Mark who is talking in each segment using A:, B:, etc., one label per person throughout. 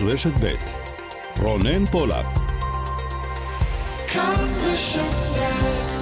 A: רשת ב' רונן פולק. כאן רשת ב'.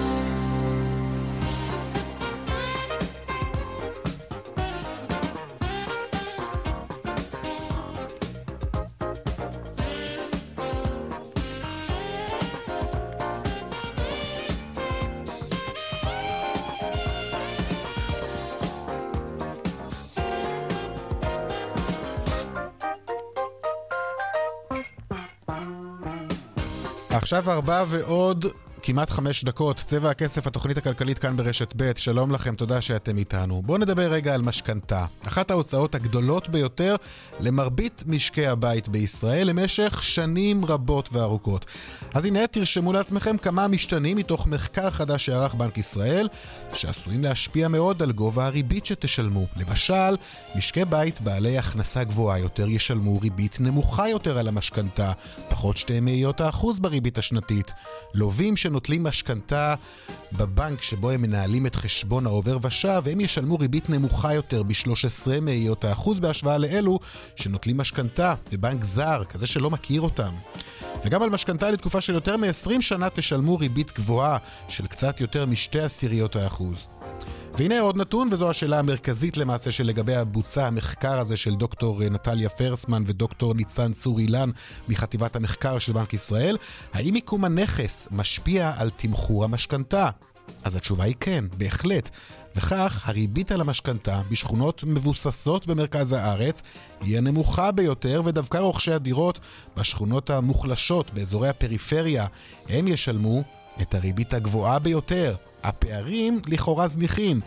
B: עכשיו 4 ועוד כמעט 5 דקות, צבע הכסף, התוכנית הכלכלית כאן ברשת ב'. שלום לכם, תודה שאתם איתנו. בואו נדבר רגע על משכנתה. אחת ההוצאות הגדולות ביותר למרבית משקי הבית בישראל למשך שנים רבות וארוכות. אז הנה, תרשמו לעצמכם כמה משתנים מתוך מחקר חדש שערך בנק ישראל, שעשויים להשפיע מאוד על גובה הריבית שתשלמו. למשל, משקי בית בעלי הכנסה גבוהה יותר ישלמו ריבית נמוכה יותר על המשכנתה, פחות 0.2% בריבית השנתית. לווים שנוטלים משכנתה בבנק שבו הם מנהלים את חשבון העובר ושב, והם ישלמו ריבית נמוכה יותר ב-0.13% בהשוואה לאלו שנוטלים משכנתה בבנק זר, כזה שלא מכיר אותם. וגם על משכנתה לתקופה של יותר מ-20 שנה תשלמו ריבית גבוהה של קצת יותר מ0.2%. והנה עוד נתון, וזו השאלה המרכזית למעשה שלגבי בוצע המחקר הזה של דוקטור נטליה פרסמן ודוקטור ניצן צור אילן מחטיבת המחקר של בנק ישראל. האם מיקום הנכס משפיע על תמחור המשכנתה? אז התשובה היא כן, בהחלט. וכך הריבית על המשכנתה בשכונות מבוססות במרכז הארץ היא הנמוכה ביותר, ודווקא רוכשי הדירות בשכונות המוחלשות באזורי הפריפריה הם ישלמו את הריבית הגבוהה ביותר. הפערים לכאורה זניחים,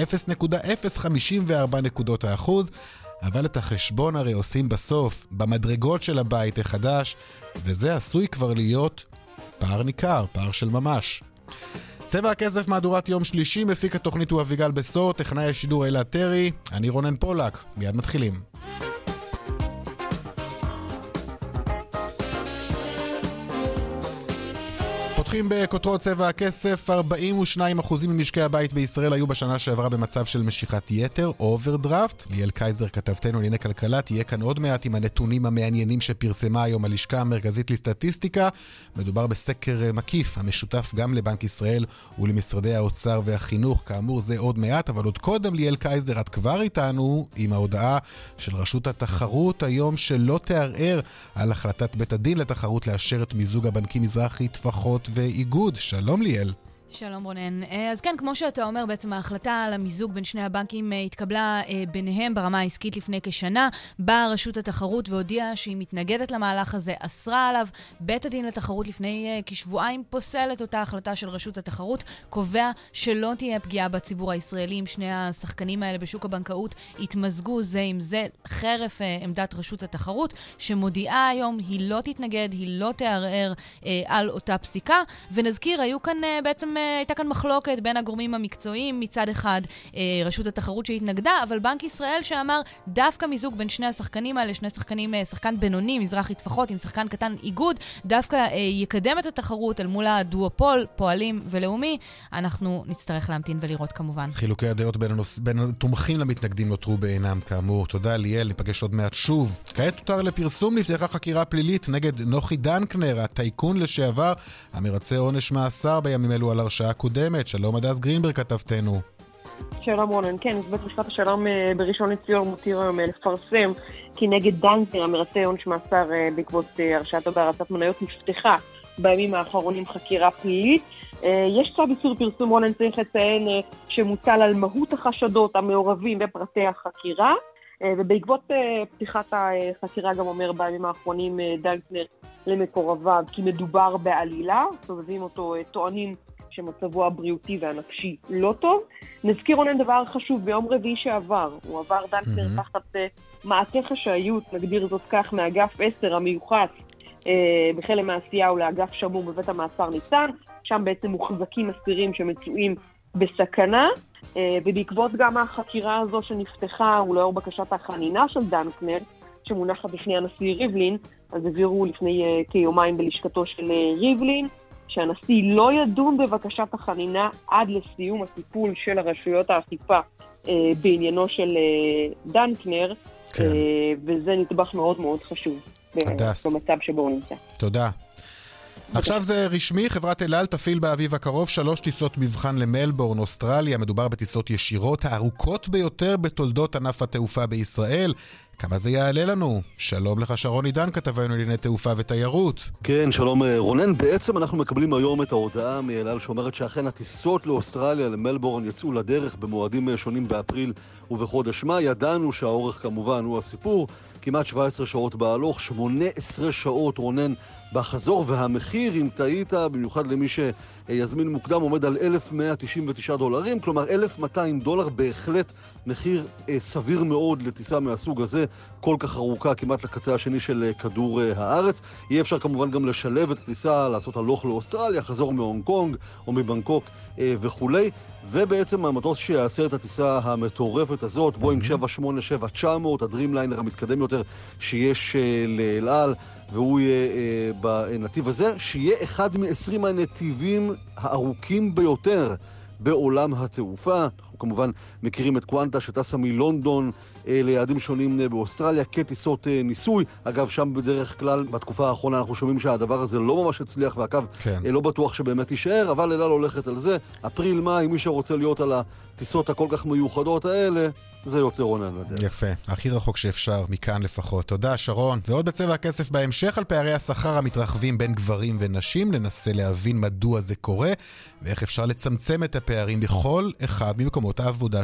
B: 0.054 נקודות האחוז, אבל את החשבון הרי עושים בסוף, במדרגות של הבית החדש, וזה עשוי כבר להיות פער ניכר, פער של ממש. צבע הכסף, מהדורת יום שלישי, מפיק התוכנית הוא אביגל בסור, טכנאי השידור אלה טרי, אני רונן פולק, מיד מתחילים. פותחים בכותרות צבע הכסף. 42% ממשקי הבית בישראל היו בשנה שעברה במצב של משיכת יתר, אוברדרפט. ליאל קייזר כתבתנו לענייני כלכלה תהיה כאן עוד מעט עם הנתונים המעניינים שפרסמה היום הלשכה המרכזית לסטטיסטיקה. מדובר בסקר מקיף המשותף גם לבנק ישראל ולמשרדי האוצר והחינוך. כאמור זה עוד מעט, אבל עוד קודם ליאל קייזר, את כבר איתנו עם ההודעה של רשות התחרות היום שלא תערער על החלטת בית הדין לתחרות לאשר את מיזוג הבנקים מזרחי טפחות ואיגוד. שלום ליאל.
C: שלום רונן. אז כן, כמו שאתה אומר, בעצם ההחלטה על המיזוג בין שני הבנקים התקבלה ביניהם ברמה העסקית לפני כשנה. באה רשות התחרות והודיעה שהיא מתנגדת למהלך הזה, אסרה עליו. בית הדין לתחרות לפני כשבועיים פוסל את אותה החלטה של רשות התחרות, קובע שלא תהיה פגיעה בציבור הישראלי אם שני השחקנים האלה בשוק הבנקאות יתמזגו זה עם זה, חרף עמדת רשות התחרות, שמודיעה היום היא לא תתנגד, היא לא תערער על אותה פסיקה. ונזכיר, היו כאן בעצם הייתה כאן מחלוקת בין הגורמים המקצועיים, מצד אחד רשות התחרות שהתנגדה, אבל בנק ישראל שאמר דווקא מיזוג בין שני השחקנים האלה, שני שחקנים, שחקן בינוני, מזרחי טפחות, עם שחקן קטן איגוד, דווקא יקדם את התחרות אל מול הדואופול, פועלים ולאומי. אנחנו נצטרך להמתין ולראות כמובן.
B: חילוקי הדעות בין התומכים למתנגדים נותרו בעינם כאמור. תודה ליאל, ניפגש עוד מעט שוב. כעת תותר לפרסום, נפתחה חקירה פלילית נגד נוחי דנקנר, הטייקון לשעבר, המרצה עונש מאסר בימים אלו על הרשעה קודמת. שלום הדס גרינברג כתבתנו.
D: שלום רונן, כן, בית משפט השלום בראשון לציון מותיר היום לפרסם כי נגד דנקנר, המרצה עונש מאסר בעקבות הרשעתו בהרצת מניות, נפתחה בימים האחרונים חקירה פלילית. יש צו איסור פרסום, רונן, צריך לציין שמוטל על מהות החשדות המעורבים בפרטי החקירה, ובעקבות פתיחת החקירה גם אומר בימים האחרונים דנקנר למקורביו כי מדובר בעלילה, סובבים אותו טוענים שמצבו הבריאותי והנפשי לא טוב. נזכיר רונן דבר חשוב, ביום רביעי שעבר, הוא עבר דנקנר תחת מעטה חשאיות, נגדיר זאת כך, מאגף 10 המיוחס בכלא מעשיהו לאגף שמור בבית המאסר ניצן, שם בעצם מוחזקים אסירים שמצויים בסכנה, ובעקבות גם החקירה הזו שנפתחה ולאור בקשת החנינה של דנקנר, שמונחת בפני הנשיא ריבלין, אז העבירו לפני כיומיים בלשכתו של ריבלין, שהנשיא לא ידון בבקשת החנינה עד לסיום הטיפול של הרשויות האכיפה בעניינו של דנקנר, כן. וזה נדבך מאוד מאוד חשוב. במצב שבו הוא נמצא.
B: תודה. עכשיו זה רשמי, חברת אל על תפעיל באביב הקרוב 3 טיסות מבחן למלבורן, אוסטרליה. מדובר בטיסות ישירות הארוכות ביותר בתולדות ענף התעופה בישראל. כמה זה יעלה לנו? שלום לך שרון עידן, כתבנו לענייני תעופה ותיירות.
E: כן, שלום רונן. בעצם אנחנו מקבלים היום את ההודעה מאל על שאומרת שאכן הטיסות לאוסטרליה, למלבורן, יצאו לדרך במועדים שונים באפריל ובחודש מאי. ידענו שהאורך כמובן הוא הסיפור, כמעט 17 שעות בהלוך, 18 שעות רונן בחזור, והמחיר, אם טעית, במיוחד למי שיזמין מוקדם, עומד על $1,199, כלומר $1,200, בהחלט מחיר סביר מאוד לטיסה מהסוג הזה, כל כך ארוכה, כמעט לקצה השני של כדור הארץ. יהיה אפשר כמובן גם לשלב את הטיסה, לעשות הלוך לאוסטרליה, חזור מהונג קונג או מבנקוק וכולי, ובעצם המטוס שיעשה את הטיסה המטורפת הזאת, בואינג 787-900, הדרימליינר המתקדם יותר שיש לאל על, והוא יהיה בנתיב הזה, שיהיה אחד מ-20 הנתיבים הארוכים ביותר בעולם התעופה. אנחנו כמובן מכירים את קוונטה שטסה מלונדון ליעדים שונים באוסטרליה כטיסות ניסוי. אגב, שם בדרך כלל בתקופה האחרונה אנחנו שומעים שהדבר הזה לא ממש הצליח, והקו לא בטוח שבאמת יישאר, אבל אל על הולכת על זה. אפריל, מאי, מי שרוצה להיות על הטיסות הכל כך מיוחדות האלה, זה יוצא רונן לדרך.
B: יפה, הכי רחוק שאפשר, מכאן לפחות. תודה שרון. ועוד בצבע הכסף בהמשך על פערי השכר המתרחבים בין גברים ונשים. ננסה להבין מדוע זה קורה, ואיך אפשר לצמצם את הפערים בכל אחד ממקומות העבודה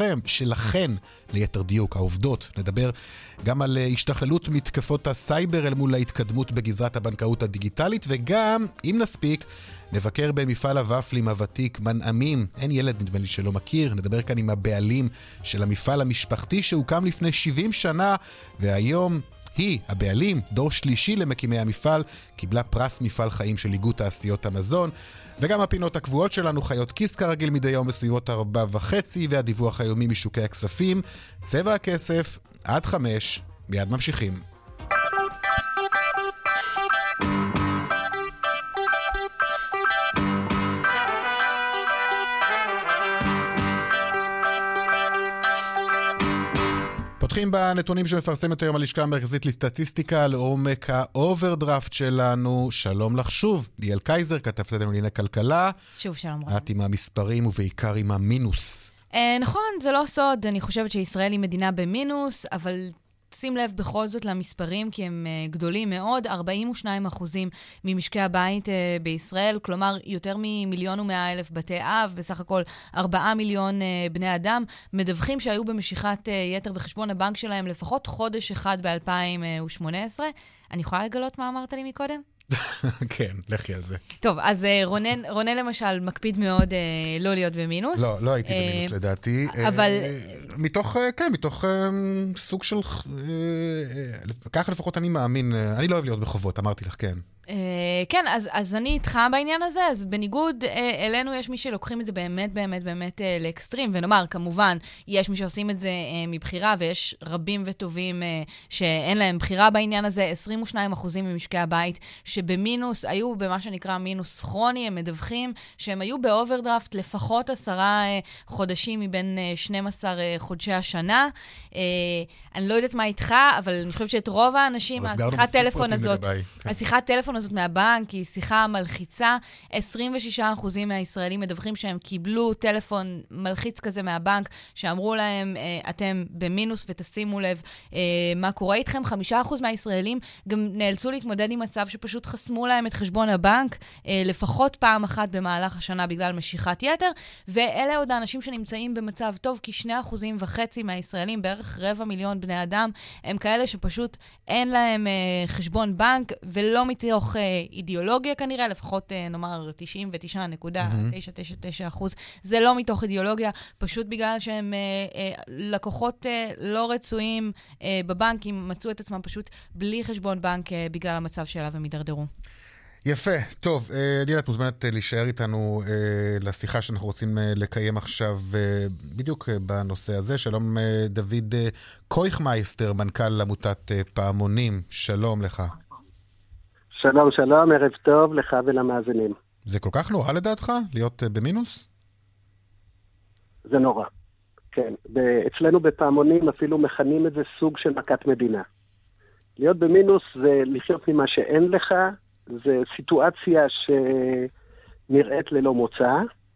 B: שלכן ליתר דיוק, העובדות. נדבר גם על השתכללות מתקפות הסייבר אל מול ההתקדמות בגזרת הבנקאות הדיגיטלית, וגם, אם נספיק, נבקר במפעל הוואפלים הוותיק מנעמים. אין ילד נדמה לי שלא מכיר. נדבר כאן עם הבעלים של המפעל המשפחתי שהוקם לפני 70 שנה, והיום היא, הבעלים, דור שלישי למקימי המפעל, קיבלה פרס מפעל חיים של איגוד תעשיות המזון. וגם הפינות הקבועות שלנו, חיות כיס כרגיל מדי יום בסביבות 4:30, והדיווח היומי משוקי הכספים. צבע הכסף עד 5, מיד ממשיכים. פותחים בנתונים שמפרסמת היום הלשכה המרכזית לסטטיסטיקה לעומק האוברדרפט שלנו. שלום לך שוב, ליאל קייזר, כתבת לנו לענייני כלכלה.
C: שוב שלום רב.
B: את עם המספרים ובעיקר עם המינוס.
C: נכון, זה לא סוד. אני חושבת שישראל היא מדינה במינוס, אבל שים לב בכל זאת למספרים, כי הם גדולים מאוד. 42% ממשקי הבית בישראל, כלומר יותר מ1,100,000 בתי אב, בסך הכל 4 מיליון בני אדם, מדווחים שהיו במשיכת יתר בחשבון הבנק שלהם לפחות חודש אחד ב-2018. אני יכולה לגלות מה אמרת לי מקודם?
B: כן, לכי על זה.
C: טוב, אז רונן למשל מקפיד מאוד לא להיות במינוס.
B: לא הייתי במינוס לדעתי.
C: אבל
B: מתוך סוג של... ככה לפחות אני מאמין, אני לא אוהב להיות בחובות, אמרתי לך, כן.
C: כן, אז אני איתך בעניין הזה, אז בניגוד אלינו יש מי שלוקחים את זה באמת באמת באמת לאקסטרים, ונאמר, כמובן, יש מי שעושים את זה מבחירה, ויש רבים וטובים שאין להם בחירה בעניין הזה. 22% ממשקי הבית שבמינוס, היו במה שנקרא מינוס כרוני, הם מדווחים שהם היו באוברדרפט לפחות 10 חודשים מבין 12 חודשי השנה. אני לא יודעת מה איתך, אבל אני חושבת שאת רוב האנשים, השיחת טלפון הזאת מהבנק היא שיחה מלחיצה. 26% מהישראלים מדווחים שהם קיבלו טלפון מלחיץ כזה מהבנק, שאמרו להם, אתם במינוס ותשימו לב מה קורה איתכם. 5% מהישראלים גם נאלצו להתמודד עם מצב שפשוט חסמו להם את חשבון הבנק, לפחות פעם אחת במהלך השנה בגלל משיכת יתר, ואלה עוד האנשים שנמצאים במצב טוב, כי 2.5% מהישראלים, בערך 250,000 בני אדם, הם כאלה שפשוט אין להם חשבון בנק, ולא מתוך אידיאולוגיה כנראה, לפחות נאמר 99.999%. זה לא מתוך אידיאולוגיה, פשוט בגלל שהם לקוחות לא רצויים בבנקים, מצאו את עצמם פשוט בלי חשבון בנק בגלל המצב שלה ומדרדרו.
B: יפה, טוב, ליאל, את מוזמנת להישאר איתנו לשיחה שאנחנו רוצים לקיים עכשיו בדיוק בנושא הזה. שלום דוד קויכמייסטר, מנכ"ל עמותת פעמונים, שלום לך.
F: שלום, שלום, ערב טוב לך ולמאזינים.
B: זה כל כך נורא לדעתך להיות במינוס?
F: זה נורא, כן. אצלנו בפעמונים אפילו מכנים את זה סוג של מכת מדינה. להיות במינוס זה לחיות ממה שאין לך, זה סיטואציה שנראית ללא מוצא,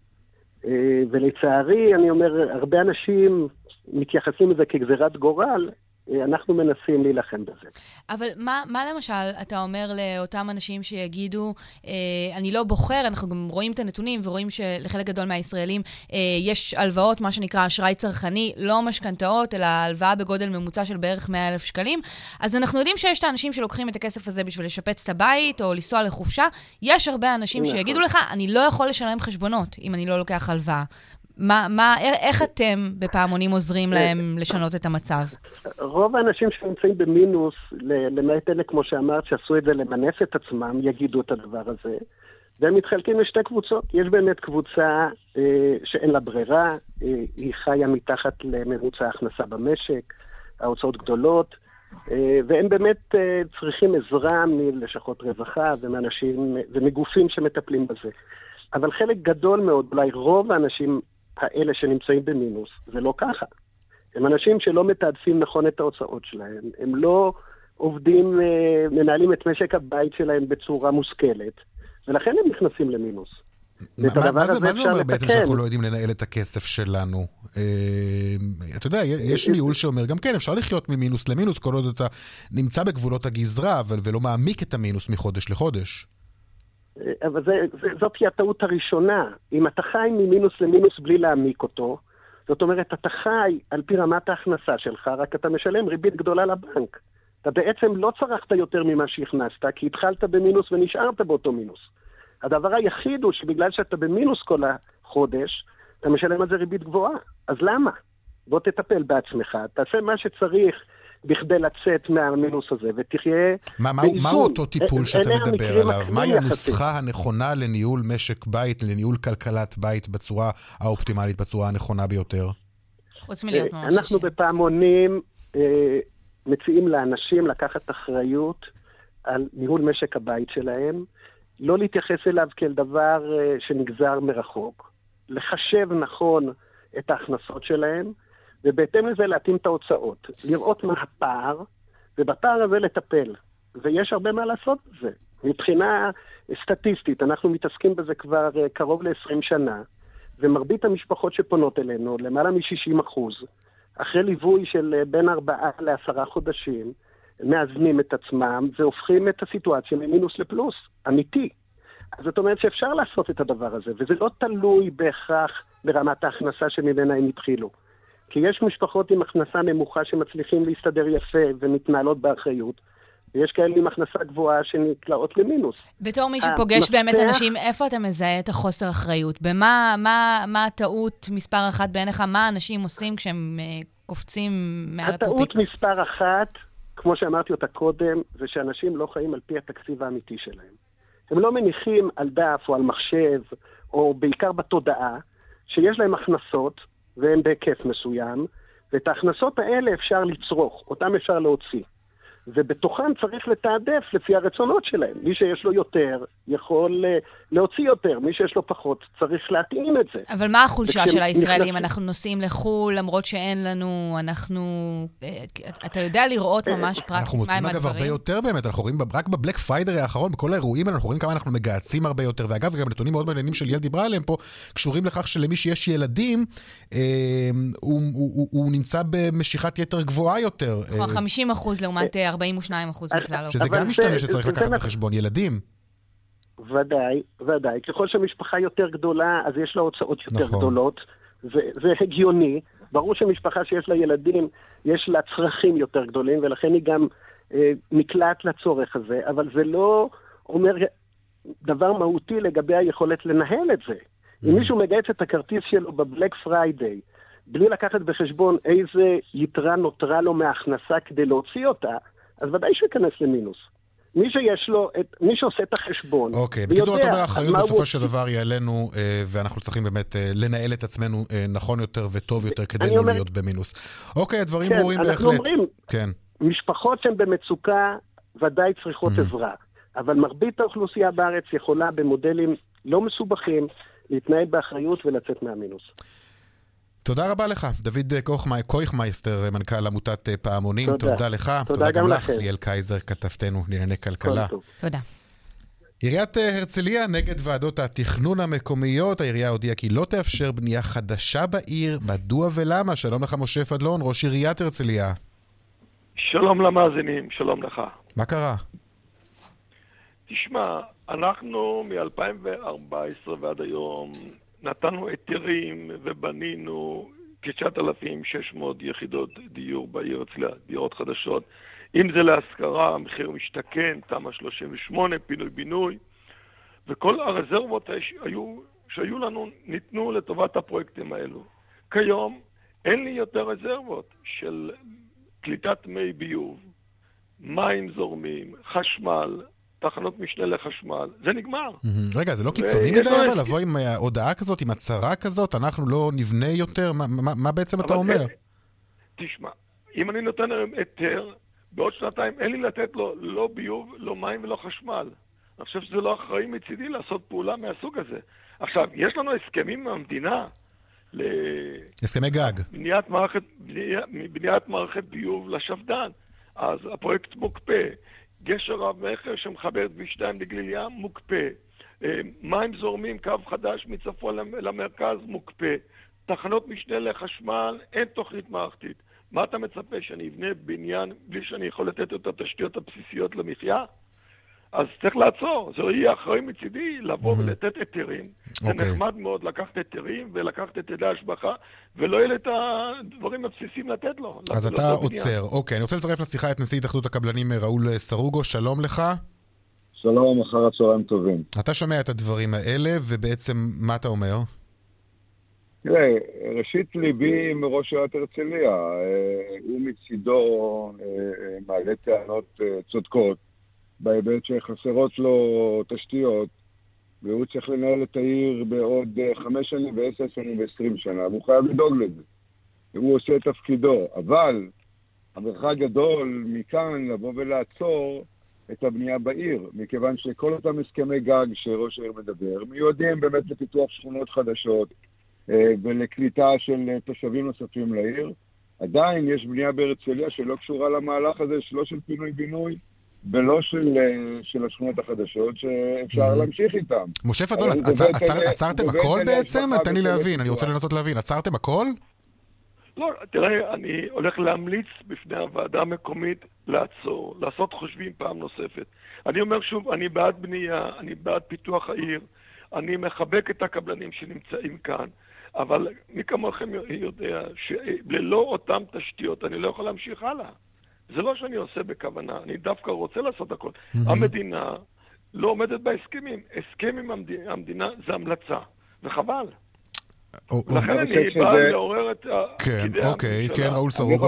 F: ולצערי, אני אומר, הרבה אנשים מתייחסים לזה כגזירת גורל, אנחנו מנסים להילחם בזה.
C: אבל מה למשל אתה אומר לאותם אנשים שיגידו, אני לא בוחר, אנחנו גם רואים את הנתונים ורואים שלחלק גדול מהישראלים יש הלוואות, מה שנקרא אשראי צרכני, לא משכנתאות, אלא הלוואה בגודל ממוצע של בערך 100,000 שקלים. אז אנחנו יודעים שיש את האנשים שלוקחים את הכסף הזה בשביל לשפץ את הבית או לנסוע לחופשה. יש הרבה אנשים שיגידו לך, אני לא יכול לשלם חשבונות אם אני לא לוקח הלוואה. איך אתם בפעמונים עוזרים להם לשנות את המצב?
F: רוב האנשים שנמצאים במינוס, למעט אלה כמו שאמרת, שעשו את זה למנף את עצמם, יגידו את הדבר הזה, והם מתחלקים לשתי קבוצות. יש באמת קבוצה שאין לה ברירה, היא חיה מתחת לממוצע ההכנסה במשק, ההוצאות גדולות, והם באמת צריכים עזרה מלשכות רווחה ומאנשים ומגופים שמטפלים בזה. אבל חלק גדול מאוד, אולי רוב האנשים האלה שנמצאים במינוס, זה לא ככה. הם אנשים שלא מתעדפים נכון את ההוצאות שלהם, הם לא עובדים, מנהלים את משק הבית שלהם בצורה מושכלת, ולכן הם נכנסים למינוס.
B: מה זה אומר בעצם שאנחנו לא יודעים לנהל את הכסף שלנו? אתה יודע, יש ניהול שאומר, גם כן, אפשר לחיות ממינוס למינוס, כל עוד אתה נמצא בגבולות הגזרה, ולא מעמיק את המינוס מחודש לחודש.
F: אבל זאת היא הטעות הראשונה. אם אתה חי ממינוס למינוס בלי להעמיק אותו, זאת אומרת, אתה חי על פי רמת ההכנסה שלך, רק אתה משלם ריבית גדולה לבנק. אתה בעצם לא צרכת יותר ממה שהכנסת, כי התחלת במינוס ונשארת באותו מינוס. הדבר היחיד הוא שבגלל שאתה במינוס כל החודש, אתה משלם על זה ריבית גבוהה. אז למה? בוא תטפל בעצמך, תעשה מה שצריך בכדי לצאת מהמינוס הזה, ותחיה באיזון.
B: מהו אותו טיפול שאתה מדבר עליו? מהי הנוסחה הנכונה לניהול משק בית, לניהול כלכלת בית בצורה האופטימלית, בצורה הנכונה ביותר?
C: חוץ מלהיות ממש.
F: אנחנו בפעמונים מציעים לאנשים לקחת אחריות על ניהול משק הבית שלהם, לא להתייחס אליו כאל דבר שנגזר מרחוק, לחשב נכון את ההכנסות שלהם, ובהתאם לזה להתאים את ההוצאות, לראות מה הפער, ובפער הזה לטפל. ויש הרבה מה לעשות בזה. מבחינה סטטיסטית, אנחנו מתעסקים בזה כבר קרוב ל-20 שנה, ומרבית המשפחות שפונות אלינו, למעלה מ-60%, אחרי ליווי של בין 4 ל10 חודשים, מאזנים את עצמם, והופכים את הסיטואציה ממינוס לפלוס, אמיתי. אז זאת אומרת שאפשר לעשות את הדבר הזה, וזה לא תלוי בהכרח ברמת ההכנסה שממנה הם התחילו. כי יש משפחות עם הכנסה נמוכה שמצליחים להסתדר יפה ומתנהלות באחריות, ויש כאלה עם הכנסה גבוהה שנקלעות למינוס.
C: בתור מי שפוגש באמת אנשים, איפה אתה מזהה את החוסר אחריות? מה הטעות מספר אחת בעיניך? מה אנשים עושים כשהם קופצים מעל הפופיק?
F: הטעות מספר אחת, כמו שאמרתי אותה קודם, זה שאנשים לא חיים על פי התקציב האמיתי שלהם. הם לא מניחים על דף או על מחשב, או בעיקר בתודעה, שיש להם הכנסות, והן בהיקף מסוים, ואת ההכנסות האלה אפשר לצרוך, אותם אפשר להוציא. ובתוכם צריך לתעדף לפי הרצונות שלהם. מי שיש לו יותר יכול להוציא יותר, מי שיש לו פחות צריך להתאים את זה.
C: אבל מה החולשה של הישראלים? אנחנו נוסעים לחול, למרות שאין לנו, אתה יודע לראות ממש פרקטית
B: אנחנו מוצאים אגב הרבה יותר באמת, אנחנו רואים רק בבלק פריידיי האחרון, בכל האירועים אנחנו רואים כמה אנחנו מגעצים הרבה יותר, ואגב גם נתונים מאוד מעניינים של יל דיברה עליהם פה, קשורים לכך שלמי שיש ילדים, הוא נמצא במשיכת יתר גבוהה יותר.
C: 50% לעומת 42% מכלל.
B: שזה גם משתנה שצריך לקחת בחשבון ילדים.
F: ודאי, ודאי. ככל שהמשפחה יותר גדולה, אז יש לה הוצאות יותר גדולות. זה הגיוני. ברור שמשפחה שיש לה ילדים, יש לה צרכים יותר גדולים, ולכן היא גם נקלעת לצורך הזה. אבל זה לא אומר דבר מהותי לגבי היכולת לנהל את זה. אם מישהו מגייס את הכרטיס שלו בבלק פריידיי, בלי לקחת בחשבון איזה יתרה נותרה לו מההכנסה כדי להוציא אותה, אז ודאי שייכנס למינוס. מי שעושה את החשבון.
B: אוקיי, בקיצור, אתה אומר, האחריות בסופו של דבר היא עלינו, ואנחנו צריכים באמת לנהל את עצמנו נכון יותר וטוב יותר כדי לא להיות במינוס. אוקיי, הדברים ברורים בהחלט.
F: אנחנו אומרים, משפחות שהן במצוקה ודאי צריכות עזרה, אבל מרבית האוכלוסייה בארץ יכולה במודלים לא מסובכים להתנהל באחריות ולצאת מהמינוס.
B: תודה רבה לך, דוד קויכמייסטר, מנכ"ל עמותת פעמונים. תודה לך.
F: תודה גם לכם.
B: ליאל קייזר, כתבתנו לענייני כלכלה.
C: תודה.
B: עיריית הרצליה נגד ועדות התכנון המקומיות. העירייה הודיעה כי לא תאפשר בנייה חדשה בעיר. מדוע ולמה? שלום לך משה פדלון, ראש עיריית הרצליה.
G: שלום למאזינים, שלום לך.
B: מה קרה?
G: תשמע, אנחנו מ-2014 ועד היום נתנו היתרים ובנינו כ-9,600 יחידות דיור בעיר הרצליה, דירות חדשות. אם זה להשכרה, מחיר משתכן, תמ"א 38, פינוי-בינוי, וכל הרזרבות שהיו לנו ניתנו לטובת הפרויקטים האלו. כיום אין לי יותר רזרבות של קליטת מי ביוב, מים זורמים, חשמל, תחנות משנה לחשמל. זה נגמר.
B: רגע, זה לא קיצוני מדי אבל לבוא עם הודעה כזאת, עם הצהרה כזאת, אנחנו לא נבנה יותר? מה בעצם אתה אומר?
G: תשמע, אם אני נותן היום היתר, בעוד שנתיים אין לי לתת לו לא ביוב, לא מים ולא חשמל. אני חושב שזה לא אחראי מצידי לעשות פעולה מהסוג הזה. עכשיו, יש לנו הסכמים מהמדינה
B: הסכמי גג.
G: בניית מערכת ביוב לשפדן. אז הפרויקט מוקפא. גשר רב מחר שמחבר את כביש 2 לגליל ים מוקפא. מים זורמים, קו חדש מצפון למרכז מוקפא. תחנות משנה לחשמל, אין תוכנית מערכתית. מה אתה מצפה, שאני אבנה בניין בלי שאני יכול לתת את התשתיות הבסיסיות למחיה? אז צריך לעצור, זה יהיה אחראי מצידי לבוא ולתת היתרים. זה נחמד מאוד לקחת היתרים ולקחת את ידי ההשבחה, ולא יהיה את הדברים הבסיסיים לתת לו.
B: אז אתה עוצר. אוקיי, אני רוצה לצרף לשיחה את נשיא התאחדות הקבלנים ראול סרוגו. שלום לך.
H: שלום, אחר הצהריים טובים.
B: אתה שומע את הדברים האלה, ובעצם מה אתה אומר?
H: תראה, ראשית ליבי מראש עיריית הרצליה. הוא מצידו מעלה טענות צודקות, בהיבט שחסרות לו תשתיות, והוא צריך לנהל את העיר בעוד 5 שנים ו10 שנים ו20 שנה, והוא חייב לדאוג לזה. והוא עושה את תפקידו. אבל המרחק גדול מכאן לבוא ולעצור את הבנייה בעיר, מכיוון שכל אותם הסכמי גג שראש העיר מדבר, מיועדים באמת לפיתוח שכונות חדשות ולקליטה של תושבים נוספים לעיר. עדיין יש בנייה בהרצליה שלא קשורה למהלך הזה, שלא של פינוי-בינוי, ולא של השכונות החדשות שאפשר להמשיך איתם.
B: משה פדלון, עצרתם הכל בעצם? תן לי להבין, אני רוצה לנסות להבין. עצרתם הכל?
G: לא, תראה, אני הולך להמליץ בפני הוועדה המקומית לעצור, לעשות חושבים פעם נוספת. אני אומר שוב, אני בעד בנייה, אני בעד פיתוח העיר, אני מחבק את הקבלנים שנמצאים כאן, אבל מי כמוכם יודע שללא אותם תשתיות אני לא יכול להמשיך הלאה. זה לא שאני עושה בכוונה, אני דווקא רוצה לעשות הכל. המדינה לא עומדת בהסכמים. הסכם עם המדינה זה המלצה, וחבל. לכן אני בא לעורר את
B: כן, אוקיי, כן, ראול סרוגו.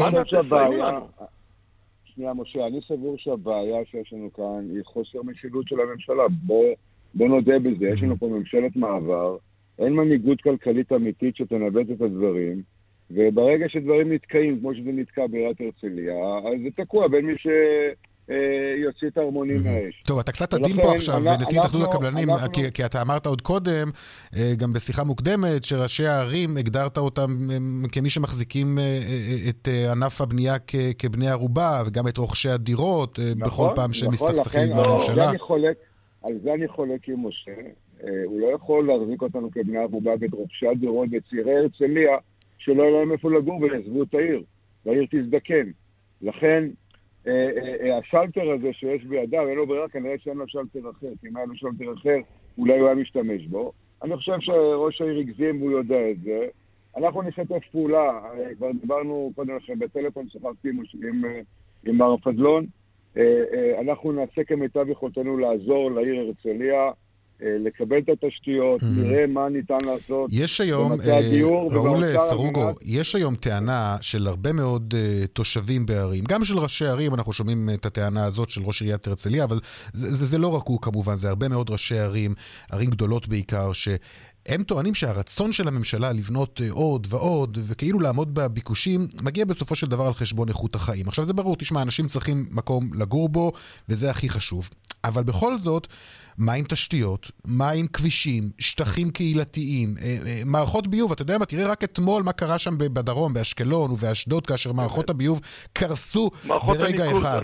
H: שנייה, משה, אני סבור שהבעיה שיש לנו כאן היא חוסר משילות של הממשלה. בוא נודה בזה, יש לנו פה ממשלת מעבר, אין מנהיגות כלכלית אמיתית שתנווט את הדברים, וברגע שדברים נתקעים, כמו שזה נתקע בעיריית הרצליה, אז זה תקוע בין מי שיוציא את ההרמונים מהאש.
B: טוב, אתה קצת עדין פה עכשיו, נשיא התאחדות הקבלנים, כי אתה אמרת עוד קודם, גם בשיחה מוקדמת, שראשי הערים, הגדרת אותם כמי שמחזיקים את ענף הבנייה כבני ערובה, וגם את רוכשי הדירות, בכל פעם שהם מסתכסכים בממשלה.
H: על זה אני חולק עם משה. הוא לא יכול להחזיק אותנו כבני ערובה ואת רוכשי הדירות וצעירי הרצליה, שלא יהיה להם איפה לגור ולעזבו את העיר. והעיר תזדקן. לכן, השלטר הזה שיש בידיו, אין לו ברירה, כנראה שאין לו שלטר אחר. כי אם היה לו שלטר אחר, אולי הוא היה משתמש בו. אני חושב שראש העיר הגזים והוא יודע את זה. אנחנו נשתף פעולה. כבר דיברנו קודם לכם בטלפון, שוחחתי עם מר פדלון. אנחנו נעשה כמיטב יכולתנו לעזור לעיר הרצליה, לקבל את התשתיות, נראה מה ניתן לעשות.
B: יש היום, ראול סרוגו, יש היום טענה של הרבה מאוד תושבים בערים, גם של ראשי ערים, אנחנו שומעים את הטענה הזאת של ראש עיריית הרצליה, אבל זה לא רק הוא כמובן, זה הרבה מאוד ראשי ערים, ערים גדולות בעיקר, הם טוענים שהרצון של הממשלה לבנות עוד ועוד, וכאילו לעמוד בביקושים, מגיע בסופו של דבר על חשבון איכות החיים. עכשיו זה ברור, תשמע, אנשים צריכים מקום לגור בו, וזה הכי חשוב. אבל בכל זאת, מה עם תשתיות, מה עם כבישים, שטחים קהילתיים, מערכות ביוב, אתה יודע מה, תראה רק אתמול מה קרה שם בדרום, באשקלון ובאשדוד, כאשר מערכות הביוב קרסו ברגע אחד.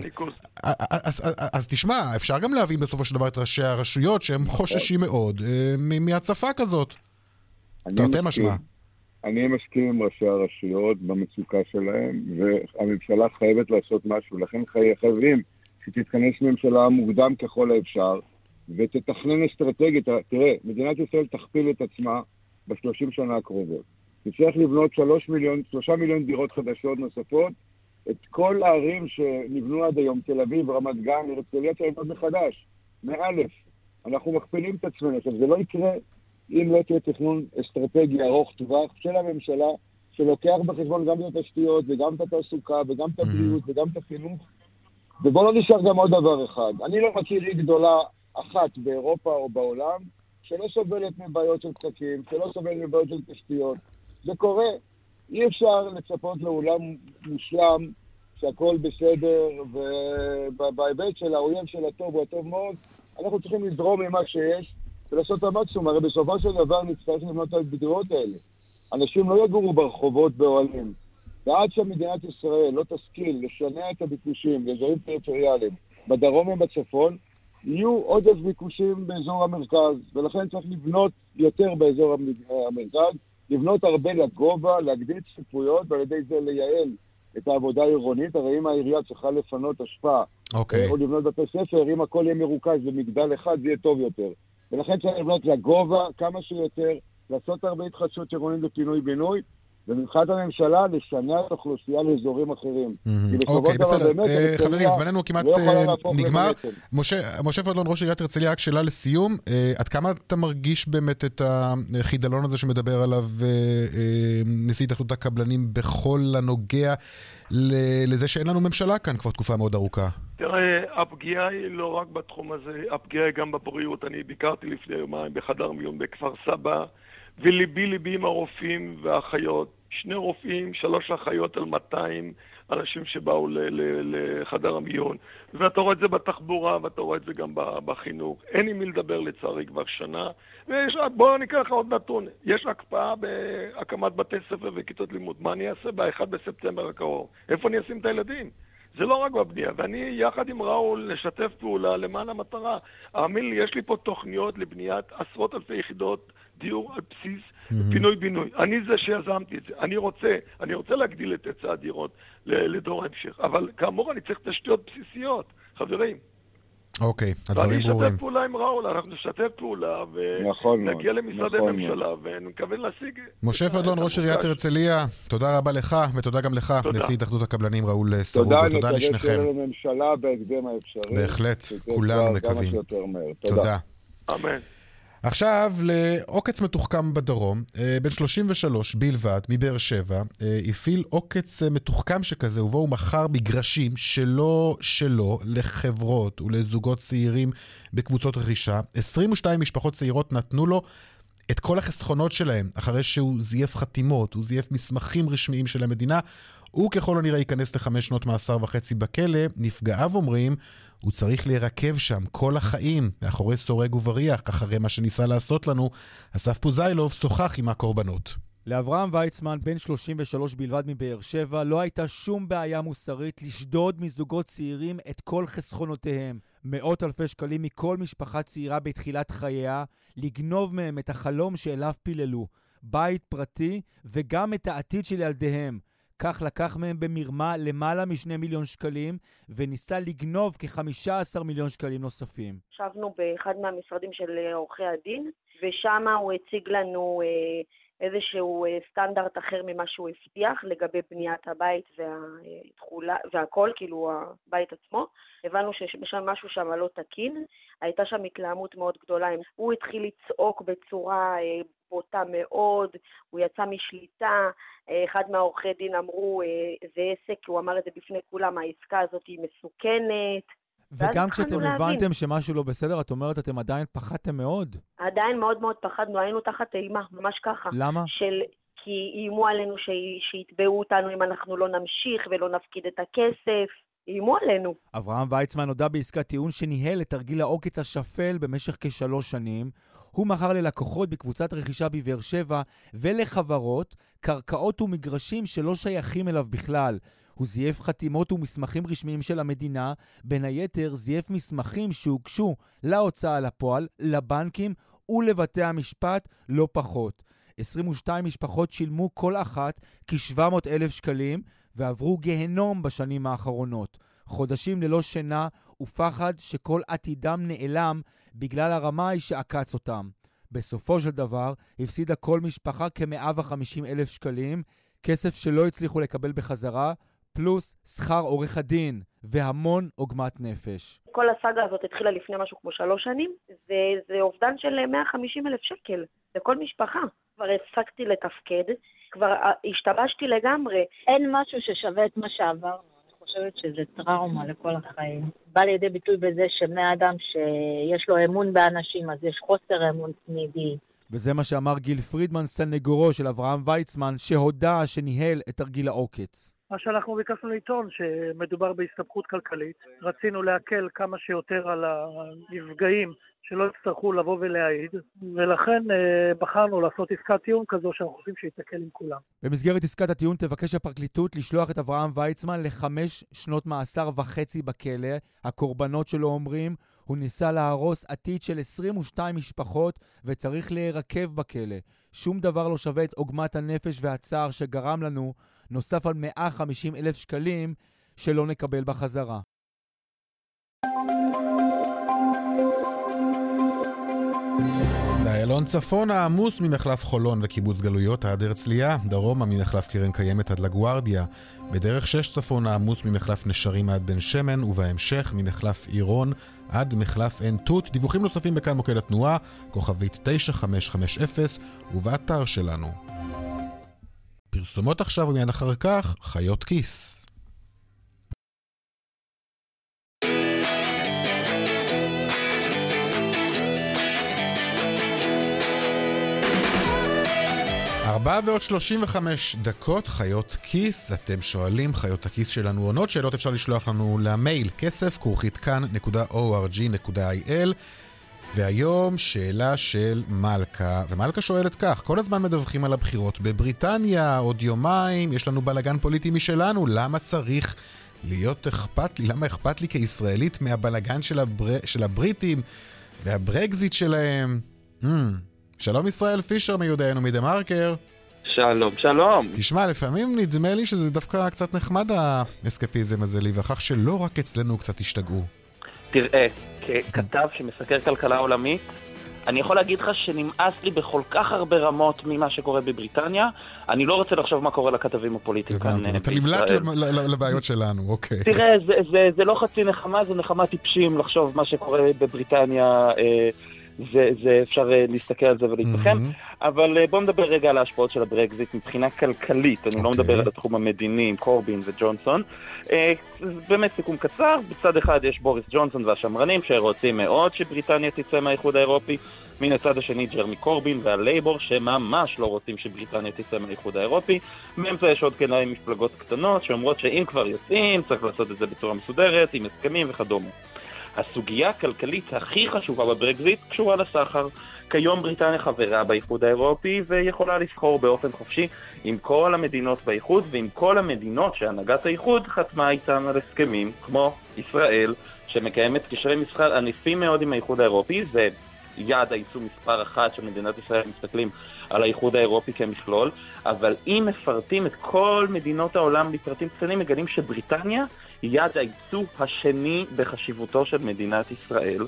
B: אז תשמע, אפשר גם להבין בסופו של דבר את ראשי הרשויות, שהם חוששים מאוד מהצפה כזות. תרתי משמע.
H: אני מסכים עם ראשי הרשויות במצוקה שלהם, והממשלה חייבת לעשות משהו, לכן חייבים שתתכנס ממשלה מוקדם ככל האפשר, ותתכנן אסטרטגית. תראה, מדינת ישראל תכפיל את עצמה ב-30 שנה הקרובות. תצטרך לבנות 3 מיליון דירות חדשות נוספות, את כל הערים שנבנו עד היום, תל אביב, רמת גן, הרצליה, תלמוד מחדש, מאלף. אנחנו מכפילים את עצמנו. עכשיו, זה לא יקרה אם לא תהיה תכנון אסטרטגי ארוך טווח של הממשלה, שלוקח בחשבון גם את התשתיות, וגם את התעסוקה, וגם את הבריאות, וגם את החינוך. ובוא לא נשאר גם עוד דבר אחד. אני לא מכיר עיר גדולה אחת באירופה או בעולם, שלא סובלת מבעיות של פקקים, שלא סובלת מבעיות של תשתיות. זה קורה. אי אפשר לצפות לעולם מושלם, שהכל בסדר, ובהיבט של האויב של הטוב הוא הטוב מאוד, אנחנו צריכים לדרום ממה שיש, ולעשות את המקסימום. הרי בסופו של דבר נצטרך לבנות את הדירות האלה. אנשים לא יגורו ברחובות באוהלים. ועד שמדינת ישראל לא תשכיל לשנע את הביקושים לאזורים פריפריאליים בדרום ובצפון, יהיו עוד ביקושים באזור המרכז, ולכן צריך לבנות יותר באזור המרכז, לבנות הרבה לגובה, להגדיל צפיפויות, ועל ידי זה לייעל את העבודה העירונית. הרי אם העירייה צריכה לפנות השפעה, או לבנות בתי ספר, אם הכל יהיה מרוכז במגדל אחד, זה יהיה טוב יותר. ולכן צריך לבנות לגובה כמה שיותר, לעשות הרבה התחדשות עירונית בפינוי בינוי, ומבחינת הממשלה לשנע את האוכלוסייה לאזורים אחרים.
B: אוקיי, בסדר. חברים, זמננו כמעט נגמר. משה פדלון, ראש עיריית הרצליה, רק שאלה לסיום. עד כמה אתה מרגיש באמת את החידלון הזה שמדבר עליו נשיא התאחדות הקבלנים בכל הנוגע לזה שאין לנו ממשלה כאן כבר תקופה מאוד ארוכה?
G: תראה, הפגיעה היא לא רק בתחום הזה, הפגיעה היא גם בבריאות. אני ביקרתי לפני יומיים בחדר מיון בכפר סבא, וליבי עם הרופאים והאחיות. 2 רופאים, 3 אחיות על 200 אנשים שבאו לחדר המיון. ואתה רואה את זה בתחבורה, ואתה רואה את זה גם בחינוך. אין עם מי לדבר לצערי כבר שנה. בואו ניקח לך עוד נתון. יש הקפאה בהקמת בתי ספר וכיתות לימוד. מה אני אעשה ב-1 בספטמבר הקרוב? איפה אני אשים את הילדים? זה לא רק בבנייה, ואני יחד עם ראול נשתף פעולה למען המטרה. האמין לי, יש לי פה תוכניות לבניית עשרות אלפי יחידות דיור על בסיס פינוי בינוי. אני זה שיזמתי את זה. אני רוצה להגדיל את היצע הדירות לדור ההמשך, אבל כאמור אני צריך תשתיות בסיסיות, חברים.
B: אוקיי, הדברים ברורים.
G: ואני אשתף פעולה עם ראול, אנחנו נשתף פעולה ונגיע למשרדי ממשלה ונקווה להשיג.
B: משה פדלון, ראש עיריית הרצליה, תודה רבה לך ותודה גם לך, נשיא התאחדות הקבלנים ראול סרוב, ותודה לשניכם.
H: תודה, נקווה לממשלה בהקדם האפשרי.
B: בהחלט, כולנו מקווים. תודה.
G: אמן.
B: עכשיו לעוקץ מתוחכם בדרום, בן 33 בלבד, מבאר שבע, הפעיל עוקץ מתוחכם שכזה, ובו הוא מכר מגרשים שלו לחברות ולזוגות צעירים בקבוצות רכישה. 22 משפחות צעירות נתנו לו את כל החסכונות שלהם, אחרי שהוא זייף חתימות, הוא זייף מסמכים רשמיים של המדינה, הוא ככל הנראה ייכנס ל5 שנות מאסר וחצי בכלא. נפגעיו אומרים, הוא צריך להירקב שם כל החיים, מאחורי סורג ובריח, אחרי מה שניסה לעשות לנו. אסף פוזיילוב שוחח עם הקורבנות.
I: לאברהם ויצמן, בן 33 בלבד מבאר שבע, לא הייתה שום בעיה מוסרית לשדוד מזוגות צעירים את כל חסכונותיהם. 100,000 שקלים מכל משפחה צעירה בתחילת חייה, לגנוב מהם את החלום שאליו פיללו, בית פרטי וגם את העתיד של ילדיהם. כך לקח מהם במרמה למעלה מ2 מיליון שקלים, וניסה לגנוב כ15 מיליון שקלים נוספים.
J: ישבנו באחד מהמשרדים של עורכי הדין, ושם הוא הציג לנו איזשהו סטנדרט אחר ממה שהוא הבטיח לגבי בניית הבית והכל, כאילו הבית עצמו. הבנו שמשהו שם לא תקין, הייתה שם התלהמות מאוד גדולה. הוא התחיל לצעוק בצורה בוטה מאוד, הוא יצא משליטה. אחד מהעורכי דין אמרו, זה עסק, הוא אמר את זה בפני כולם, העסקה הזאת היא מסוכנת.
I: וגם כשאתם הבנתם שמשהו לא בסדר, את אומרת, אתם עדיין פחדתם מאוד?
J: עדיין מאוד מאוד פחדנו, היינו תחת אימה, ממש ככה.
I: למה?
J: כי איימו עלינו שיתבעו אותנו אם אנחנו לא נמשיך ולא נפקיד את הכסף. איימו עלינו.
I: אברהם ויצמן הודע בעסקת טיעון שניהל את תרגיל העוקץ השפל במשך כ3 שנים. הוא מכר ללקוחות בקבוצת רכישה בבאר שבע ולחברות קרקעות ומגרשים שלא שייכים אליו בכלל. הוא זייף חתימות ומסמכים רשמיים של המדינה, בין היתר זייף מסמכים שהוגשו להוצאה לפועל, לבנקים ולבתי המשפט לא פחות. 22 משפחות שילמו כל אחת כ-700,000 שקלים ועברו גהנום בשנים האחרונות. חודשים ללא שינה ופחד שכל עתידם נעלם בגלל הרמאי שעקץ אותם. בסופו של דבר הפסידה כל משפחה כ-150,000 שקלים, כסף שלא הצליחו לקבל בחזרה, פלוס שכר עורך הדין והמון עוגמת נפש.
J: כל הסאגה הזאת התחילה לפני משהו כמו 3 שנים, זה אובדן של 150,000 שקל לכל משפחה. כבר הפסקתי לתפקד, כבר השתבשתי לגמרי.
K: אין משהו ששווה את מה שעברנו. אני חושבת שזה טראומה לכל החיים. בא לידי ביטוי בזה שמאדם שיש לו אמון באנשים, אז יש חוסר אמון תמידי.
I: וזה מה שאמר גיל פרידמן, סנגורו של אברהם ויצמן, שהודע שניהל את תרגיל העוקץ.
L: מה שאנחנו ביקשנו לטעון שמדובר בהסתבכות כלכלית. רצינו להקל כמה שיותר על הנפגעים שלא יצטרכו לבוא ולהעיד, ולכן בחרנו לעשות עסקת טיעון כזו שאנחנו חושבים שיתקל עם כולם.
I: במסגרת עסקת הטיעון תבקש הפרקליטות לשלוח את אברהם ויצמן ל5 שנות מאסר וחצי בכלא. הקורבנות שלו אומרים, הוא ניסה להרוס עתיד של 22 משפחות וצריך להירקב בכלא. שום דבר לא שווה את עוגמת הנפש והצער שגרם לנו, נוסף על 150,000 שקלים שלא נקבל בחזרה.
B: באיילון צפון העמוס ממחלף חולון וקיבוץ גלויות עד הרצליה, דרומה ממחלף קרן קיימת עד לגוארדיה, בדרך 6 צפון העמוס ממחלף נשרים עד בן שמן, ובהמשך ממחלף עירון עד מחלף עין תות. דיווחים נוספים בכאן מוקד התנועה, כוכבית 9550 ובאתר שלנו. פרסומות עכשיו ומיד אחר כך, חיות כיס. ועוד 35 דקות, חיות כיס. אתם שואלים, חיות הכיס שלנו עונות. שאלות אפשר לשלוח לנו למייל כסף@כאן.org.il. והיום שאלה של מלכה, ומלכה שואלת כך: כל הזמן מדווחים על הבחירות בבריטניה, עוד יומיים, יש לנו בלגן פוליטי משלנו, למה צריך להיות אכפת לי? למה אכפת לי כישראלית מהבלגן של הבריטים והברקזיט שלהם? שלום ישראל פישר מיודענו מדמרקר.
M: שלום, שלום.
B: תשמע, לפעמים נדמה לי שזה דווקא קצת נחמד האסקפיזם הזה לי, וכך שלא רק אצלנו קצת השתגעו.
M: תראה, ככתב שמסקר כלכלה עולמית, אני יכול להגיד לך שנמאס לי בכל כך הרבה רמות ממה שקורה בבריטניה. אני לא רוצה לחשוב מה קורה לכתבים הפוליטיים כאן בישראל.
B: אתה נמלט לבעיות שלנו, אוקיי.
M: תראה, זה לא חצי נחמה, זה נחמה טיפשים לחשוב מה שקורה בבריטניה. זה אפשר להסתכל על זה ולהתנחם, אבל בואו נדבר רגע על ההשפעות של הברקזיט מבחינה כלכלית. אני לא מדבר על התחום המדיני עם קורבין וג'ונסון. באמת סיכום קצר, בצד אחד יש בוריס ג'ונסון והשמרנים שרוצים מאוד שבריטניה תצא מהאיחוד האירופי, מן הצד השני ג'רמי קורבין והלייבור שממש לא רוצים שבריטניה תצא מהאיחוד האירופי. מאמצע יש עוד כנראה מפלגות קטנות שאומרות שאם כבר יוצאים צריך לעשות את זה בצורה מסודרת עם הסכמים וכדומה. הסוגיה הכלכלית הכי חשובה בברקזיט קשורה לסחר. כיום בריטניה חברה באיחוד האירופי ויכולה לבחור באופן חופשי עם כל המדינות באיחוד ועם כל המדינות שהנהגת האיחוד חתמה איתן על הסכמים, כמו ישראל שמקיימת קשרי מסחר ענפים מאוד עם האיחוד האירופי. זה יעד הייצוא מספר 1 של מדינת ישראל, מסתכלים על האיחוד האירופי כמכלול, אבל אם מפרטים את כל מדינות העולם בפרטים קטנים מגלים שבריטניה יעד הייצוא השני בחשיבותו של מדינת ישראל,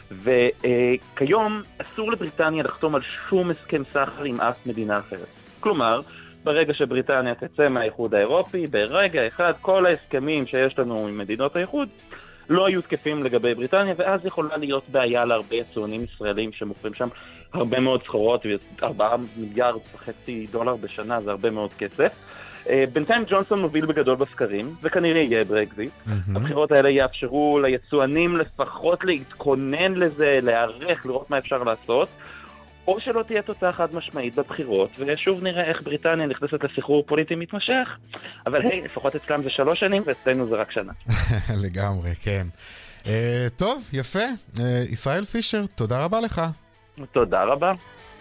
M: וכיום אסור לבריטניה לחתום על שום הסכם סחר עם אף מדינה אחרת. כלומר, ברגע שבריטניה תצא מהאיחוד האירופי, ברגע אחד כל ההסכמים שיש לנו עם מדינות האיחוד לא היו תקפים לגבי בריטניה, ואז יכולה להיות בעיה להרבה יצואנים ישראלים שמוכרים שם הרבה מאוד סחורות, ו4.5 מיליארד דולר בשנה, זה הרבה מאוד כסף. בינתיים ג'ונסון מוביל בגדול בסקרים, וכנראה יהיה ברקזיט. הבחירות האלה יאפשרו ליצואנים לפחות להתכונן לזה, להיערך, לראות מה אפשר לעשות. או שלא תהיה תוצאה חד משמעית בבחירות, ושוב נראה איך בריטניה נכנסת לסחרור פוליטי מתמשך, אבל היי, לפחות אצלם זה 3 שנים, ואצלנו זה רק שנה.
B: לגמרי, כן. טוב, יפה. ישראל פישר, תודה רבה לך.
M: תודה רבה.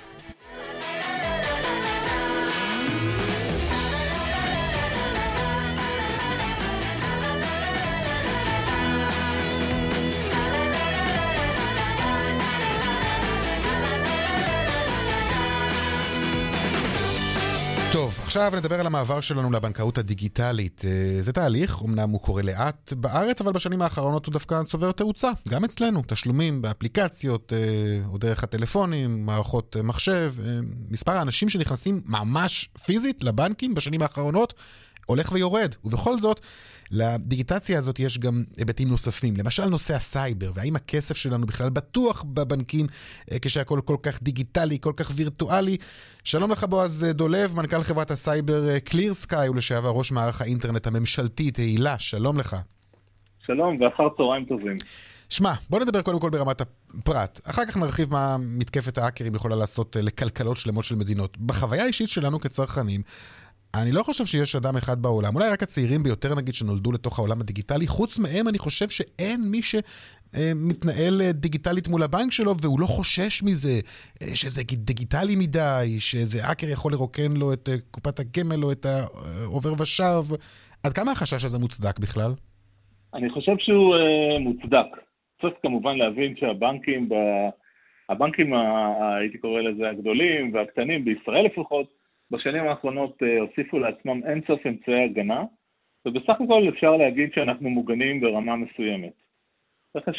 B: טוב, עכשיו נדבר על המעבר שלנו לבנקאות הדיגיטלית. זה תהליך, אמנם הוא קורה לאט בארץ, אבל בשנים האחרונות הוא דווקא צובר תאוצה, גם אצלנו, תשלומים באפליקציות או דרך הטלפונים, מערכות מחשב, מספר האנשים שנכנסים ממש פיזית לבנקים בשנים האחרונות הולך ויורד, ובכל זאת לדיגיטציה הזאת יש גם היבטים נוספים, למשל נושא הסייבר, והאם הכסף שלנו בכלל בטוח בבנקים כשהכל כל כך דיגיטלי, כל כך וירטואלי. שלום לך בועז דולב, מנכ"ל חברת הסייבר ClearSky ולשעבר ראש מערך האינטרנט הממשלתי תהילה, שלום לך.
N: שלום ואחר צהריים טובים.
B: שמע, בוא נדבר קודם כל ברמת הפרט, אחר כך נרחיב מה מתקפת האקרים יכולה לעשות לכלכלות שלמות של מדינות. בחוויה האישית שלנו כצרכנים, אני לא חושב שיש אדם אחד בעולם, אולי רק הצעירים ביותר נגיד שנולדו לתוך העולם הדיגיטלי, חוץ מהם אני חושב שאין מי שמתנהל דיגיטלית מול הבנק שלו והוא לא חושש מזה, שזה דיגיטלי מדי, שזה האקר יכול לרוקן לו את קופת הגמל או את העובר ושב. עד כמה החשש הזה מוצדק בכלל?
N: אני חושב שהוא מוצדק. צריך כמובן להבין שהבנקים, הייתי קורא לזה הגדולים והקטנים, בישראל לפחות, בשנים האחרונות הוסיפו לעצמם אינסוף אמצעי הגנה, ובסך הכל אפשר להגיד שאנחנו מוגנים ברמה מסוימת. ככה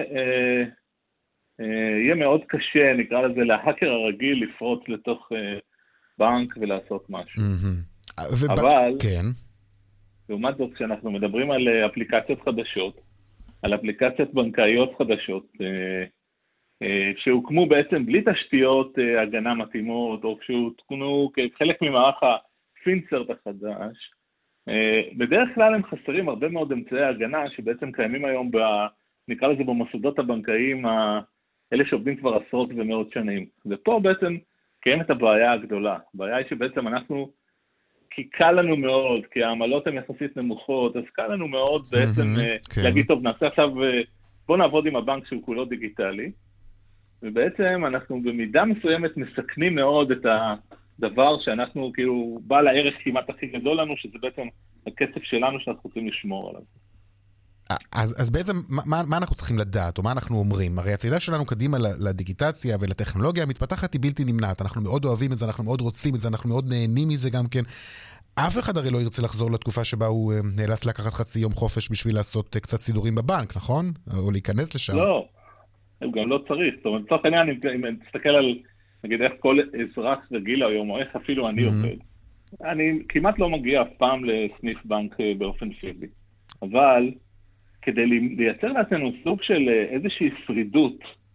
N: שיהיה מאוד קשה, נקרא לזה, להאקר הרגיל לפרוץ לתוך בנק ולעשות משהו. אבל, לעומת זאת, כשאנחנו מדברים על אפליקציות חדשות, על אפליקציות בנקאיות חדשות, שהוקמו בעצם בלי תשתיות הגנה מתאימות, או שהותקנו כחלק ממערך הפינסרט החדש, בדרך כלל הם חסרים הרבה מאוד אמצעי הגנה שבעצם קיימים היום, נקרא לזה במוסדות הבנקאיים, אלה שעובדים כבר עשרות ומאות שנים. ופה בעצם קיימת הבעיה הגדולה. הבעיה היא שבעצם כי קל לנו מאוד, כי העמלות הן יחסית נמוכות, אז קל לנו מאוד בעצם להגיד, טוב, נעשה עכשיו, בוא נעבוד עם הבנק שהוא כולו דיגיטלי, ובעצם אנחנו במידה מסוימת מסכנים מאוד את הדבר שאנחנו כאילו בעל הערך כמעט הכי גדול לנו, שזה בעצם הכסף שלנו שאנחנו רוצים לשמור עליו.
B: אז בעצם מה אנחנו צריכים לדעת, או מה אנחנו אומרים? הרי הצעידה שלנו קדימה לדיגיטציה ולטכנולוגיה המתפתחת היא בלתי נמנעת. אנחנו מאוד אוהבים את זה, אנחנו מאוד רוצים את זה, אנחנו מאוד נהנים מזה גם כן. אף אחד הרי לא ירצה לחזור לתקופה שבה הוא נאלץ לקחת חצי יום חופש בשביל לעשות קצת סידורים בבנק, נכון? או להיכנס לשם.
N: לא, הוא גם לא צריך. זאת אומרת, לצורך העניין, אם תסתכל על, נגיד, איך כל אזרח רגיל היום, או איך אפילו אני עובד. אני כמעט לא מגיע אף פעם לסניף בנק באופן פיזי. אבל כדי לייצר לעצמנו סוג של איזושהי שרידות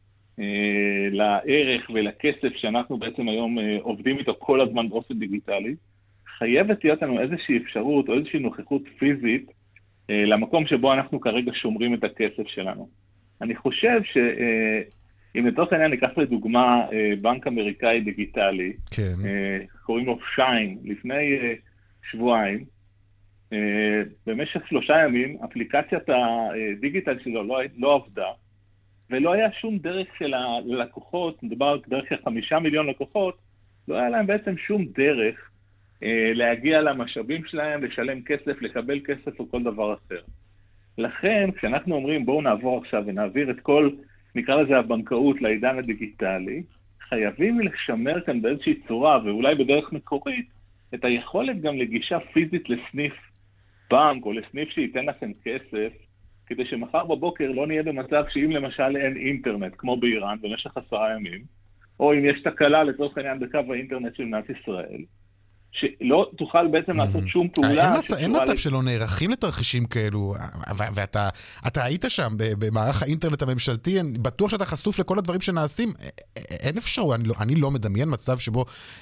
N: לערך ולכסף שאנחנו בעצם היום עובדים איתו כל הזמן באופן דיגיטלי, חייבת להיות לנו איזושהי אפשרות או איזושהי נוכחות פיזית למקום שבו אנחנו כרגע שומרים את הכסף שלנו. אני חושב שאם לצורך העניין ניקח לדוגמה בנק אמריקאי דיגיטלי, קוראים לו שיין, לפני שבועיים, במשך 3 ימים, אפליקציית הדיגיטל שלו לא עבדה, ולא היה שום דרך של הלקוחות, מדובר דרך 5 מיליון לקוחות, לא היה להם בעצם שום דרך להגיע למשאבים שלהם, לשלם כסף, לקבל כסף או כל דבר אחר. לכן, כשאנחנו אומרים בואו נעבור עכשיו ונעביר את כל, נקרא לזה הבנקאות לעידן הדיגיטלי, חייבים לשמר כאן באיזושהי צורה, ואולי בדרך מקורית, את היכולת גם לגישה פיזית לסניף בנק או לסניף שייתן לכם כסף, כדי שמחר בבוקר לא נהיה במצב שאם למשל אין אינטרנט, כמו באיראן, במשך 10 ימים, או אם יש תקלה לצורך העניין בקו האינטרנט של מדינת ישראל, שלא תוכל בעצם לעשות שום פעולה.
B: אין מצב שלא נערכים לתרחישים כאלו, ואתה היית שם במערך האינטרנט הממשלתי, בטוח שאתה חשוף לכל הדברים שנעשים, אין אפשרות, אני לא מדמיין מצב שבו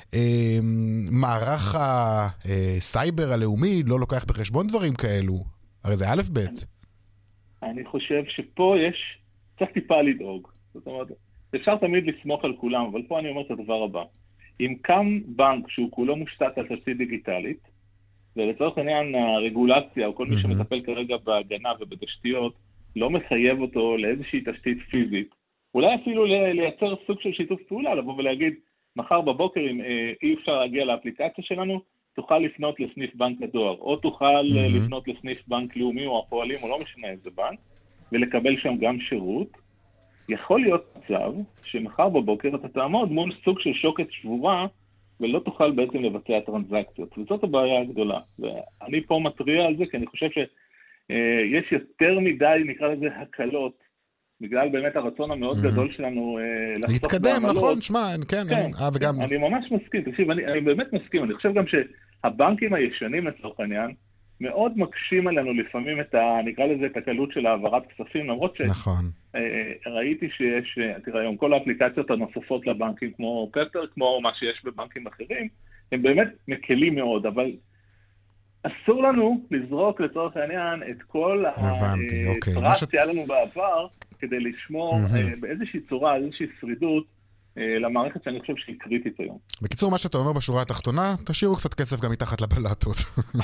B: מערך הסייבר הלאומי לא לוקח בחשבון דברים כאלו, הרי זה א' ב'.
N: אני חושב שפה צריך טיפה לדאוג, זאת אומרת, אפשר תמיד לסמוך על כולם, אבל פה אני אומר את הדבר הבא. אם קם בנק שהוא כולו מושתת על תשתית דיגיטלית, ולצורך העניין הרגולציה, או כל מי שמטפל כרגע בהגנה ובתשתיות, לא מחייב אותו לאיזושהי תשתית פיזית, אולי אפילו לייצר סוג של שיתוף פעולה, לבוא ולהגיד, מחר בבוקר, אם אי אפשר להגיע לאפליקציה שלנו, תוכל לפנות לסניף בנק הדואר, או תוכל לפנות לסניף בנק לאומי או הפועלים, או לא משנה איזה בנק, ולקבל שם גם שירות. יכול להיות מצב שמחר בבוקר אתה תעמוד מול סוג של שוקת שבורה, ולא תוכל בעצם לבצע טרנזקציות. וזאת הבעיה הגדולה. ואני פה מטריע על זה, כי אני חושב שיש יותר מדי, נקרא לזה, הקלות, בגלל באמת הרצון המאוד גדול שלנו
B: להתקדם, נכון, שמע, כן, וגם...
N: אני ממש מסכים, תקשיב, אני באמת מסכים, אני חושב גם שהבנקים הישנים לצורך העניין, מאוד מקשים עלינו לפעמים נקרא לזה, את הקלות של העברת כספים, למרות שראיתי שיש, תראה היום, כל האפליקציות הנוספות לבנקים, כמו פפר, כמו מה שיש בבנקים אחרים, הם באמת מקלים מאוד, אבל אסור לנו לזרוק לצורך העניין את כל הפרט שהיה לנו בעבר, כדי לשמור באיזושהי צורה, איזושהי שרידות, למערכת שאני חושב שהיא קריטית היום.
B: בקיצור, מה שאתה אומר בשורה התחתונה, תשאירו קצת כסף גם מתחת לבלטות.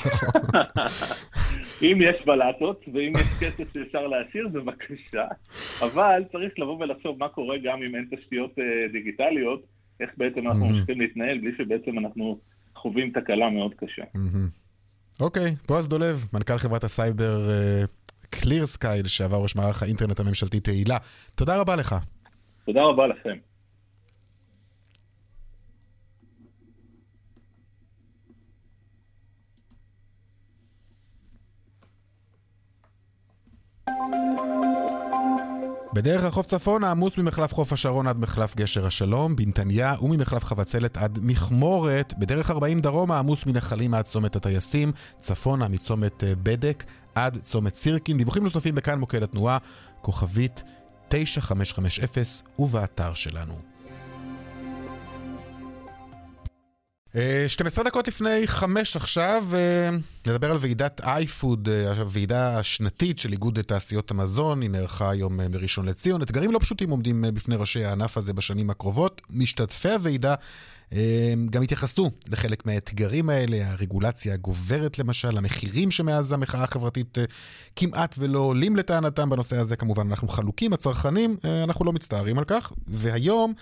N: אם יש בלטות, ואם יש כסף שאפשר להשאיר, זה בבקשה. אבל צריך לבוא ולחשוב מה קורה גם אם אין תשתיות דיגיטליות, איך בעצם אנחנו ממשיכים להתנהל, בלי שבעצם אנחנו חווים תקלה מאוד קשה.
B: אוקיי, בועז דולב, מנכ"ל חברת הסייבר קליר סקאי, לשעבר ראש מערך האינטרנט הממשלתי תהילה. תודה רבה לך.
N: תודה רבה לכם.
B: בדרך החוף צפון העמוס ממחלף חוף השרון עד מחלף גשר השלום, בנתניה וממחלף חבצלת עד מכמורת. בדרך 40 דרום העמוס מנחלים עד צומת הטייסים, צפונה מצומת בדק עד צומת סירקין. דיווחים נוספים בכאן מוקד התנועה, כוכבית 9550 ובאתר שלנו. 12 דקות לפני 5 עכשיו, נדבר על ועידת iFood, הוועידה השנתית של איגוד תעשיות המזון, היא נערכה היום בראשון לציון. אתגרים לא פשוטים עומדים בפני ראשי הענף הזה בשנים הקרובות. משתתפי הוועידה גם התייחסו לחלק מהאתגרים האלה, הרגולציה הגוברת למשל, המחירים שמאז המחאה החברתית כמעט ולא עולים לטענתם בנושא הזה. כמובן אנחנו חלוקים, הצרכנים, אנחנו לא מצטערים על כך. והיום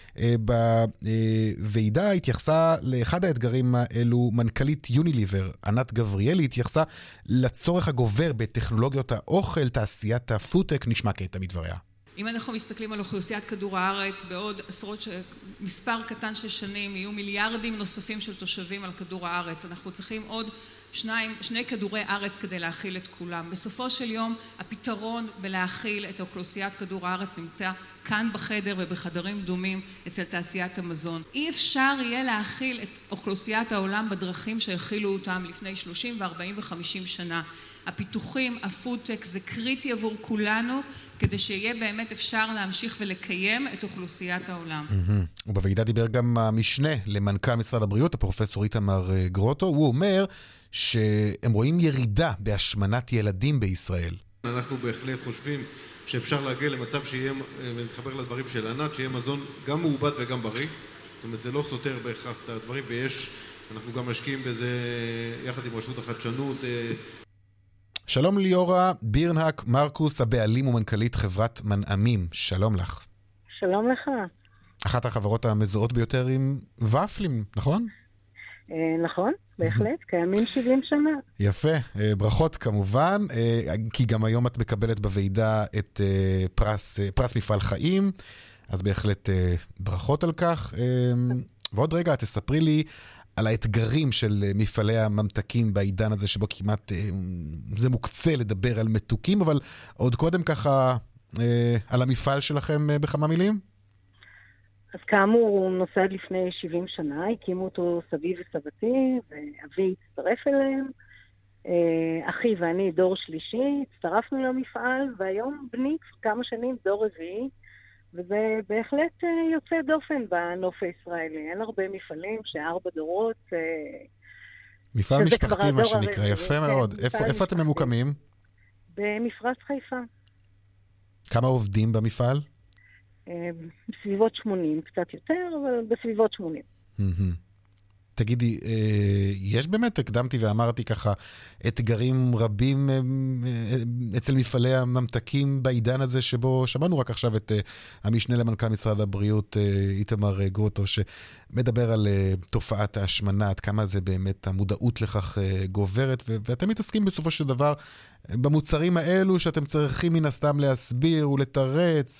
B: בוועידה התייחסה לאחד האתגרים האלו מנכ"לית יוניליבר, ענת גבריאלי, התייחסה לצורך הגובר בטכנולוגיות האוכל, תעשיית הפודטק. נשמע קטע מדבריה.
O: אם אנחנו מסתכלים על אוכלוסיית כדור הארץ, בעוד מספר קטן של שנים יהיו מיליארדים נוספים של תושבים על כדור הארץ. אנחנו צריכים עוד שני כדורי ארץ כדי להכיל את כולם. בסופו של יום, הפתרון בלהכיל את אוכלוסיית כדור הארץ נמצא כאן בחדר ובחדרים דומים אצל תעשיית המזון. אי אפשר יהיה להכיל את אוכלוסיית העולם בדרכים שהכילו אותם לפני 30 ו-40 ו-50 שנה. הפיתוחים, הפודטק, זה קריטי עבור כולנו, כדי שיהיה באמת אפשר להמשיך ולקיים את אוכלוסיית העולם.
B: ובוועידה דיבר גם המשנה למנכ"ל משרד הבריאות, הפרופסור איתמר גרוטו. הוא אומר שהם רואים ירידה בהשמנת ילדים בישראל.
P: אנחנו בהחלט חושבים שאפשר להגיע למצב שיהיה, ונתחבר לדברים של ענת, שיהיה מזון גם מעובד וגם בריא. זאת אומרת, זה לא סותר בהכרח את הדברים, אנחנו גם משקיעים בזה יחד עם רשות החדשנות.
B: שלום ליאורה בירנהק מרקוס, הבעלים ומנכ"לית חברת מנעמים. שלום לך.
K: שלום לך.
B: אחת החברות המזוהות ביותר עם ופלים, נכון?
K: נכון, בהחלט, קיימים 70 שנה.
B: יפה, ברכות כמובן, כי גם היום את מקבלת בוועידה את פרס מפעל חיים, אז בהחלט ברכות על כך. ועוד רגע, תספרי לי על האתגרים של מפעלי הממתקים בעידן הזה, שבו כמעט זה מוקצה לדבר על מתוקים, אבל עוד קודם ככה על המפעל שלכם בכמה מילים?
K: אז כאמור, הוא נוסד לפני 70 שנה, הקימו אותו סבי וסבתי, ואבי הצטרף אליהם. אחי ואני דור שלישי, הצטרפנו למפעל, והיום בני כמה שנים דור רביעי, וזה בהחלט יוצא דופן בנוף הישראלי. אין הרבה מפעלים ש4 דורות.
B: מפעל משפחתי מה שנקרא, יפה מאוד. איפה אתם ממוקמים?
K: במפרץ חיפה.
B: כמה עובדים במפעל?
K: בסביבות 80, קצת יותר, אבל בסביבות 80.
B: תגידי, יש באמת, הקדמתי ואמרתי ככה, אתגרים רבים אצל מפעלי הממתקים בעידן הזה, שבו שמענו רק עכשיו את המשנה למנכ"ל משרד הבריאות, איתמר גרוטו, שמדבר על תופעת ההשמנה, עד כמה זה באמת המודעות לכך גוברת, ואתם מתעסקים בסופו של דבר במוצרים האלו שאתם צריכים מן הסתם להסביר ולתרץ.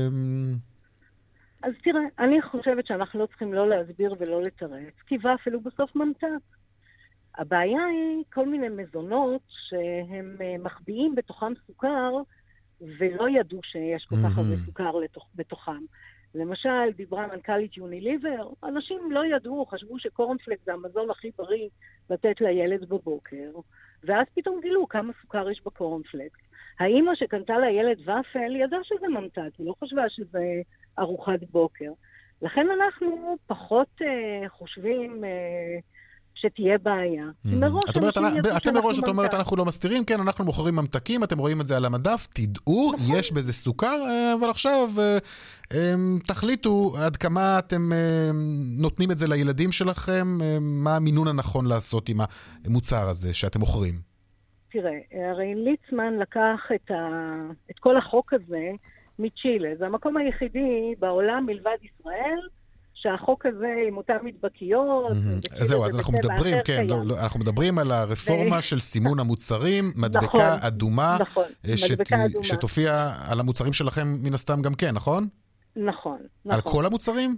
K: אז תראה, אני חושבת שאנחנו לא צריכים לא להסביר ולא לתרץ, כי ואפל הוא בסוף ממתק. הבעיה היא כל מיני מזונות שהם מחביאים בתוכם סוכר, ולא ידעו שיש כל כך הרבה סוכר בתוכם. למשל, דיברה מנכ"לית יוניליבר, אנשים לא ידעו, חשבו שקורנפלקס זה המזון הכי בריא לתת לילד בבוקר, ואז פתאום גילו כמה סוכר יש בקורנפלקס. האמא שקנתה לילד ואפל ידעה שזה ממתק, היא לא חשבה שזה ארוחת בוקר. לכן אנחנו פחות חושבים שתהיה בעיה.
B: אתם מראש, את אומרת, אנחנו לא מסתירים, כן, אנחנו מוכרים ממתקים, אתם רואים את זה על המדף, תדעו, יש בזה סוכר, אבל עכשיו תחליטו עד כמה אתם נותנים את זה לילדים שלכם, מה המינון הנכון לעשות עם המוצר הזה שאתם מוכרים.
K: תראה, הרי ליצמן לקח את כל החוק הזה מצ'ילה. זה המקום היחידי בעולם מלבד ישראל, שהחוק הזה עם אותם מדבקיות.
B: זהו, אז אנחנו מדברים, כן, אנחנו מדברים על הרפורמה של סימון המוצרים, מדבקה אדומה, שתופיע על המוצרים שלכם מן הסתם גם כן, נכון?
K: נכון.
B: על כל המוצרים?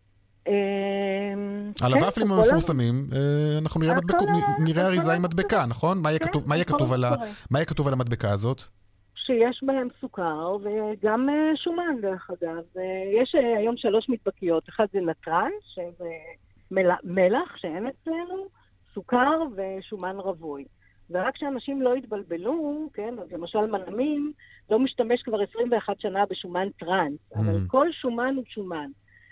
B: על הוואפלים המפורסמים, אנחנו נראה אריזה עם מדבקה, נכון? מה יהיה כתוב על המדבקה הזאת?
K: שיש בהם סוכר וגם שומן דרך אגב. יש היום 3 מדבקיות, אחד זה נטרן, שזה מלח שאין אצלנו, סוכר ושומן רווי. ורק שאנשים לא יתבלבלו, כן, אז למשל מנמים לא משתמש כבר 21 שנה בשומן טרנס, אבל כל שומן הוא שומן.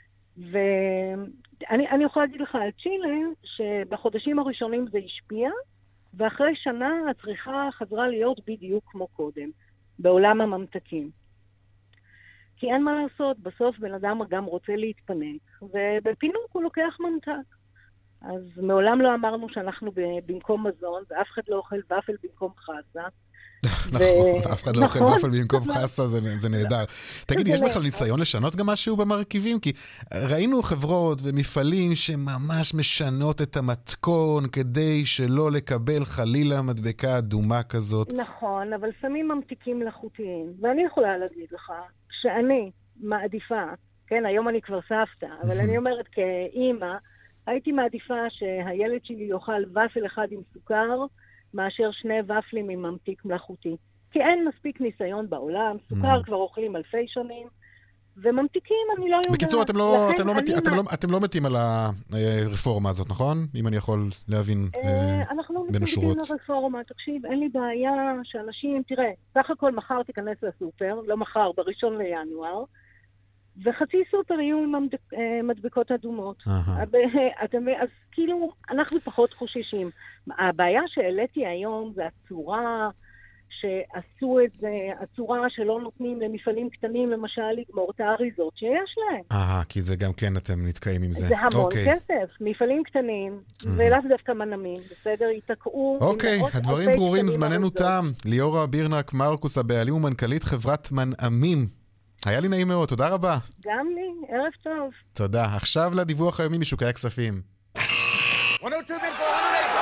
K: ואני יכולה להגיד לך על צ'ילה, שבחודשים הראשונים זה השפיע, ואחרי שנה הצריכה חזרה להיות בדיוק כמו קודם, בעולם הממתקים. כי אין מה לעשות, בסוף בן אדם גם רוצה להתפנק, ובפינוק הוא לוקח ממתק. אז מעולם לא אמרנו שאנחנו במקום מזון, ואף אחד לא אוכל ואפל במקום חסה.
B: נכון, אף אחד לא אוכל ואפל במקום חסה, זה נהדר. תגידי, יש בכלל ניסיון לשנות גם משהו במרכיבים? כי ראינו חברות ומפעלים שממש משנות את המתכון כדי שלא לקבל חלילה מדבקה אדומה כזאת.
K: נכון, אבל שמים ממתיקים מלאכותיים. ואני יכולה להגיד לך שאני מעדיפה, כן, היום אני כבר סבתא, אבל אני אומרת כאימא, הייתי מעדיפה שהילד שלי יאכל ואפל אחד עם סוכר, מאשר 2 ואפלים עם ממתיק מלאכותי. כי אין מספיק ניסיון בעולם, סוכר כבר אוכלים אלפי שנים, וממתיקים אני לא יודעת.
B: בקיצור, אתם לא מתים על הרפורמה הזאת, נכון? אם אני יכול להבין בין השורות.
K: אנחנו לא מתים על הרפורמה, תקשיב, אין לי בעיה שאנשים, תראה, סך הכל מחר תיכנס לסופר, לא מחר, ב1 לינואר, וחצי סופר יהיו עם מדבקות אדומות. אז כאילו, אנחנו פחות חוששים. הבעיה שהעליתי היום זה הצורה שעשו את זה, הצורה שלא נותנים למפעלים קטנים, למשל, לגמור את האריזות שיש להם.
B: כי זה גם כן, אתם נתקעים עם זה.
K: זה המון כסף. מפעלים קטנים, ולאו דווקא מנמים, בסדר, ייתקעו.
B: אוקיי, הדברים ברורים, זמננו תם. ליאורה בירנק מרקוס, הבעלים ומנכ"לית חברת מנעמים. היה לי נעים מאוד, תודה רבה.
K: גם לי, ערב טוב.
B: תודה. עכשיו לדיווח היומי משוקי הכספים.
Q: 102 bid for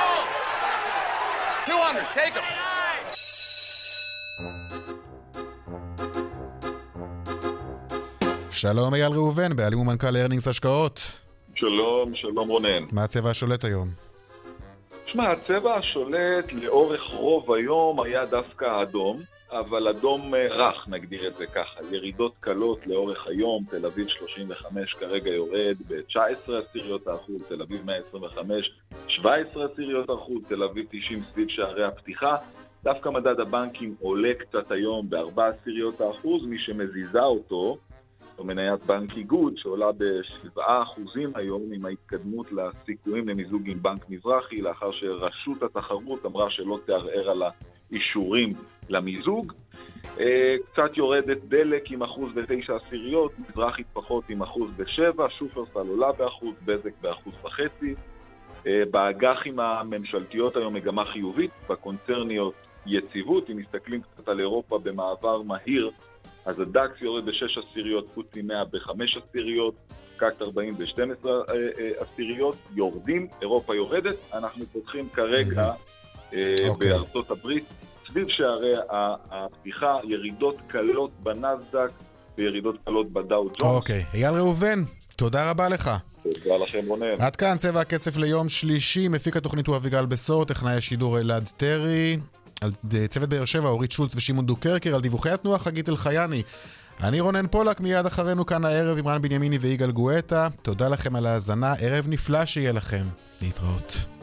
Q: 100, 200, take them.
B: שלום אייל ראובן, בעלים ומנכ"ל ארנינגס השקעות.
G: שלום, שלום רונן.
B: מה הצבע השולט היום?
G: תשמע, הצבע השולט לאורך רוב היום היה דווקא האדום, אבל אדום רך, נגדיר את זה ככה. ירידות קלות לאורך היום, תל אביב 35 כרגע יורד ב-19%, תל אביב 125, 17%, תל אביב 90 סביב שערי הפתיחה. דווקא מדד הבנקים עולה קצת היום ב-4%, מי שמזיזה אותו, זו מניית בנק איגוד שעולה ב7% היום עם ההתקדמות לסיכויים למיזוג עם בנק מזרחי, לאחר שרשות התחרות אמרה שלא תערער על האישורים
R: למיזוג. קצת יורדת דלק עם 1.9%, מזרחית פחות עם 1.7%, שופרסל עולה באחוז, בזק ב1.5%. באג"חים הממשלתיות היום מגמה חיובית, בקונצרניות יציבות. אם מסתכלים קצת על אירופה במעבר מהיר, אז הדקס יורד ב6%, פוצי 100 ב5%, קקט 40 ב12%, יורדים, אירופה יורדת. אנחנו פותחים כרגע בארצות הברית, סביב שערי הפתיחה, ירידות קלות בנסדק וירידות קלות בדאו ג'ונס.
B: אוקיי, אייל ראובן, תודה רבה לך.
R: תודה לכם רונן.
B: עד כאן צבע הכסף ליום שלישי, מפיק התוכנית הוא אביגל בסור, טכנאי השידור אלעד טרי, על צוות באר שבע אורית שולץ ושימון דוקרקר, על דיווחי התנועה חגית אלחייני. אני רונן פולק, מיד אחרינו כאן הערב עם רן בנימיני ויגאל גואטה. תודה לכם על ההאזנה, ערב נפלא שיהיה לכם. להתראות.